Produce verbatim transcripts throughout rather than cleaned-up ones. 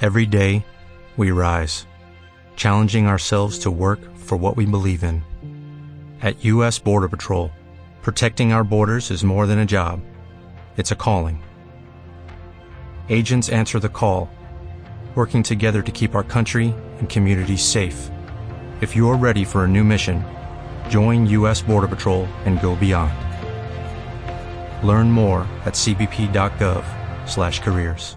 Every day, we rise, challenging ourselves to work for what we believe in. At U S Border Patrol, protecting our borders is more than a job. It's a calling. Agents answer the call, working together to keep our country and communities safe. If you are ready for a new mission, join U S Border Patrol and go beyond. Learn more at c b p dot gov slash careers.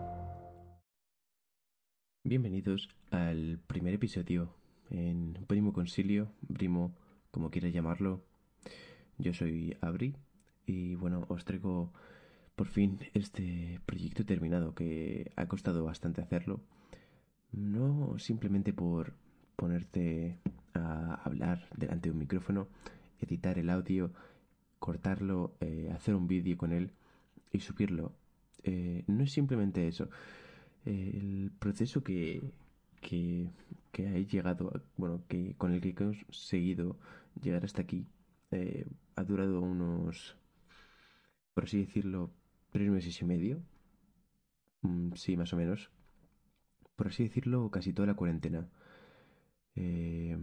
Bienvenidos al primer episodio en Primo Concilio, Primo, como quieras llamarlo. Yo soy Abri y bueno, os traigo por fin este proyecto terminado que ha costado bastante hacerlo. No simplemente por ponerte a hablar delante de un micrófono, editar el audio, cortarlo, eh, hacer un vídeo con él y subirlo. Eh, no es simplemente eso. El proceso que, que, que he llegado, a, bueno, que con el que he conseguido llegar hasta aquí, eh, ha durado unos, por así decirlo, tres meses y medio. Mm, sí, más o menos. Por así decirlo, casi toda la cuarentena. Eh,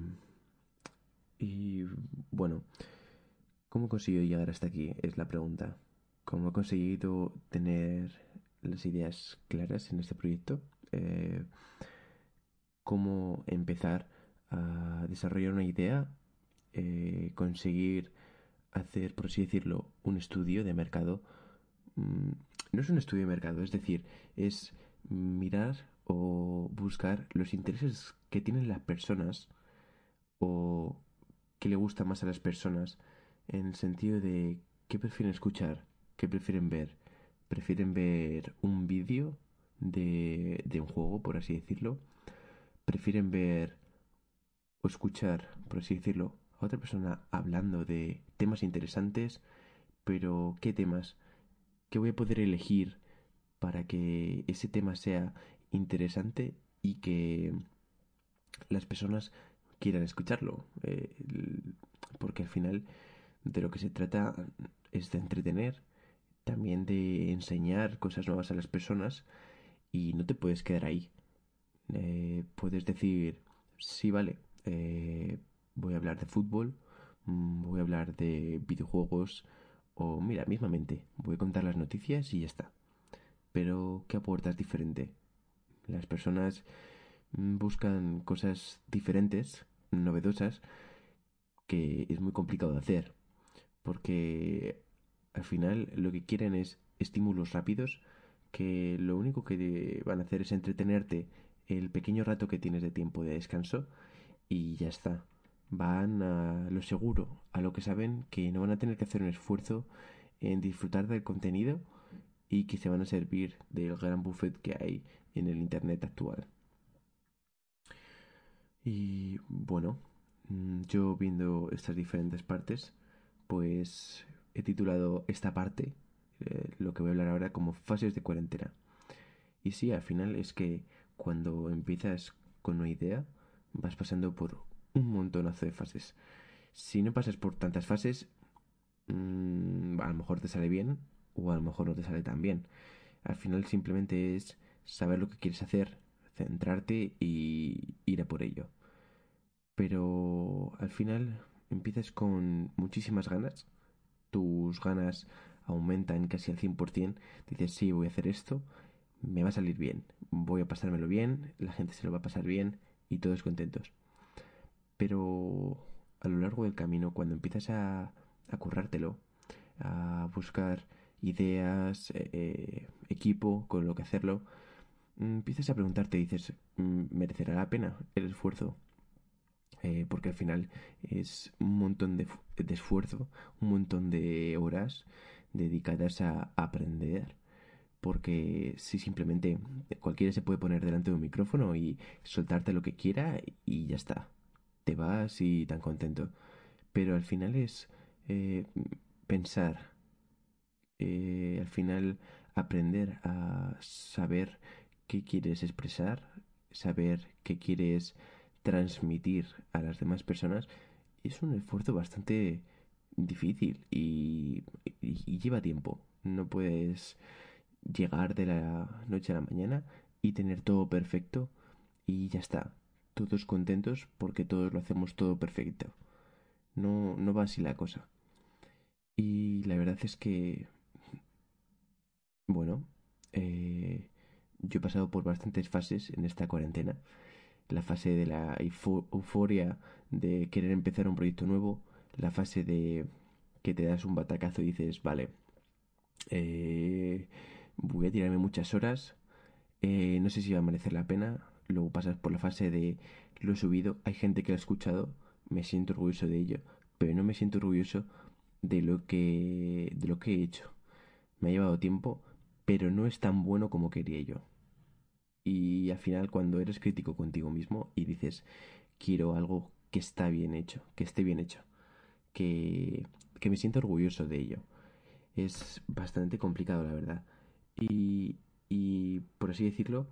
y bueno, ¿cómo he conseguido llegar hasta aquí? Es la pregunta. ¿Cómo he conseguido tener las ideas claras en este proyecto? Eh, cómo empezar a desarrollar una idea, eh, conseguir hacer, por así decirlo, un estudio de mercado. Mm, no es un estudio de mercado, es decir, es mirar o buscar los intereses que tienen las personas o qué le gusta más a las personas en el sentido de qué prefieren escuchar, qué prefieren ver. ¿Prefieren ver un vídeo de, de un juego, por así decirlo? ¿Prefieren ver o escuchar, por así decirlo, a otra persona hablando de temas interesantes? Pero, ¿qué temas? ¿Qué voy a poder elegir para que ese tema sea interesante y que las personas quieran escucharlo? Eh, porque al final de lo que se trata es de entretener, también de enseñar cosas nuevas a las personas y no te puedes quedar ahí. Eh, puedes decir, sí, vale, eh, voy a hablar de fútbol, mm, voy a hablar de videojuegos o, mira, mismamente, voy a contar las noticias y ya está. Pero, ¿qué aportas diferente? Las personas mm, buscan cosas diferentes, novedosas, que es muy complicado de hacer, porque al final lo que quieren es estímulos rápidos que lo único que van a hacer es entretenerte el pequeño rato que tienes de tiempo de descanso y ya está. Van a lo seguro, a lo que saben que no van a tener que hacer un esfuerzo en disfrutar del contenido y que se van a servir del gran buffet que hay en el internet actual. Y bueno, mm, yo viendo estas diferentes partes, pues he titulado esta parte, eh, lo que voy a hablar ahora, como fases de cuarentena. Y sí, al final es que cuando empiezas con una idea, vas pasando por un montonazo de fases. Si no pasas por tantas fases, mmm, a lo mejor te sale bien o a lo mejor no te sale tan bien. Al final simplemente es saber lo que quieres hacer, centrarte y ir a por ello. Pero al final empiezas con muchísimas ganas, tus ganas aumentan casi al cien por ciento, dices sí, voy a hacer esto, me va a salir bien, voy a pasármelo bien, la gente se lo va a pasar bien y todos contentos. Pero a lo largo del camino, cuando empiezas a, a currártelo, a buscar ideas, eh, eh, equipo con lo que hacerlo, mm, empiezas a preguntarte, dices, mm, ¿merecerá la pena el esfuerzo? Eh, porque al final es un montón de, de esfuerzo, un montón de horas dedicadas a aprender, porque si simplemente cualquiera se puede poner delante de un micrófono y soltarte lo que quiera y ya está, te vas y tan contento. Pero al final es eh, pensar, eh, al final aprender a saber qué quieres expresar, saber qué quieres transmitir a las demás personas, es un esfuerzo bastante difícil y, y, y lleva tiempo. No puedes llegar de la noche a la mañana y tener todo perfecto y ya está. Todos contentos porque todos lo hacemos todo perfecto. No, no va así la cosa. Y la verdad es que, bueno, eh, yo he pasado por bastantes fases en esta cuarentena. La fase de la euforia de querer empezar un proyecto nuevo, la fase de que te das un batacazo y dices, vale, eh, voy a tirarme muchas horas, eh, no sé si va a merecer la pena. Luego pasas por la fase de lo he subido, hay gente que lo ha escuchado, me siento orgulloso de ello, pero no me siento orgulloso de lo que de lo que he hecho. Me ha llevado tiempo, pero no es tan bueno como quería yo. Y al final, cuando eres crítico contigo mismo y dices, quiero algo que está bien hecho, que esté bien hecho, que, que me siento orgulloso de ello, es bastante complicado, la verdad. Y, y por así decirlo,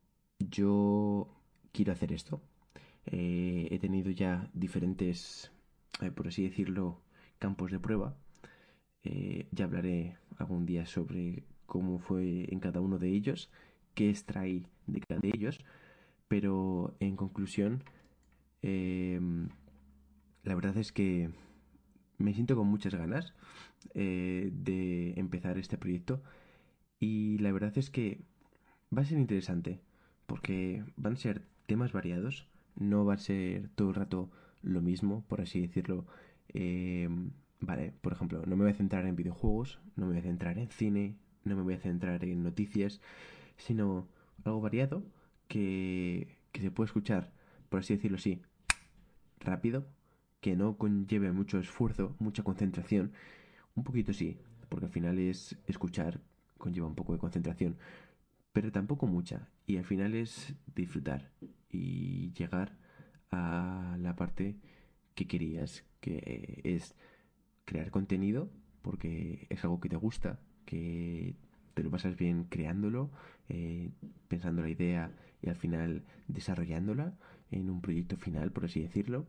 yo quiero hacer esto. Eh, he tenido ya diferentes, eh, por así decirlo, campos de prueba. Eh, ya hablaré algún día sobre cómo fue en cada uno de ellos, qué extraí de cada de ellos, pero en conclusión, eh, la verdad es que me siento con muchas ganas eh, de empezar este proyecto y la verdad es que va a ser interesante porque van a ser temas variados, no va a ser todo el rato lo mismo, por así decirlo. Eh, vale, por ejemplo, no me voy a centrar en videojuegos, no me voy a centrar en cine, no me voy a centrar en noticias, sino algo variado que, que se puede escuchar, por así decirlo así, rápido, que no conlleve mucho esfuerzo, mucha concentración, un poquito sí, porque al final es escuchar, conlleva un poco de concentración, pero tampoco mucha, y al final es disfrutar y llegar a la parte que querías, que es crear contenido, porque es algo que te gusta, que te lo pasas bien creándolo, eh, pensando la idea y al final desarrollándola en un proyecto final, por así decirlo.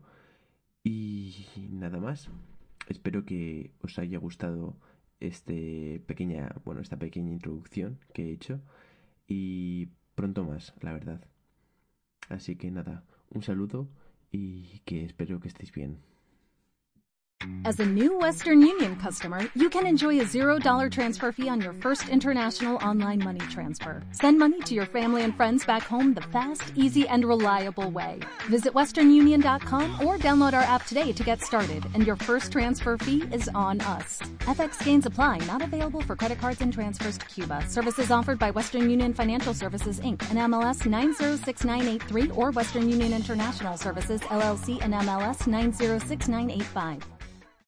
Y nada más. Espero que os haya gustado este pequeña, bueno, esta pequeña introducción que he hecho y pronto más, la verdad. Así que nada, un saludo y que espero que estéis bien. As a new Western Union customer, you can enjoy a zero dollar transfer fee on your first international online money transfer. Send money to your family and friends back home the fast, easy, and reliable way. Visit western union dot com or download our app today to get started, and your first transfer fee is on us. F X gains apply, not available for credit cards and transfers to Cuba. Services offered by Western Union Financial Services, Incorporated, and M L S nine zero six nine eight three or Western Union International Services, L L C, and M L S nine zero six nine eight five.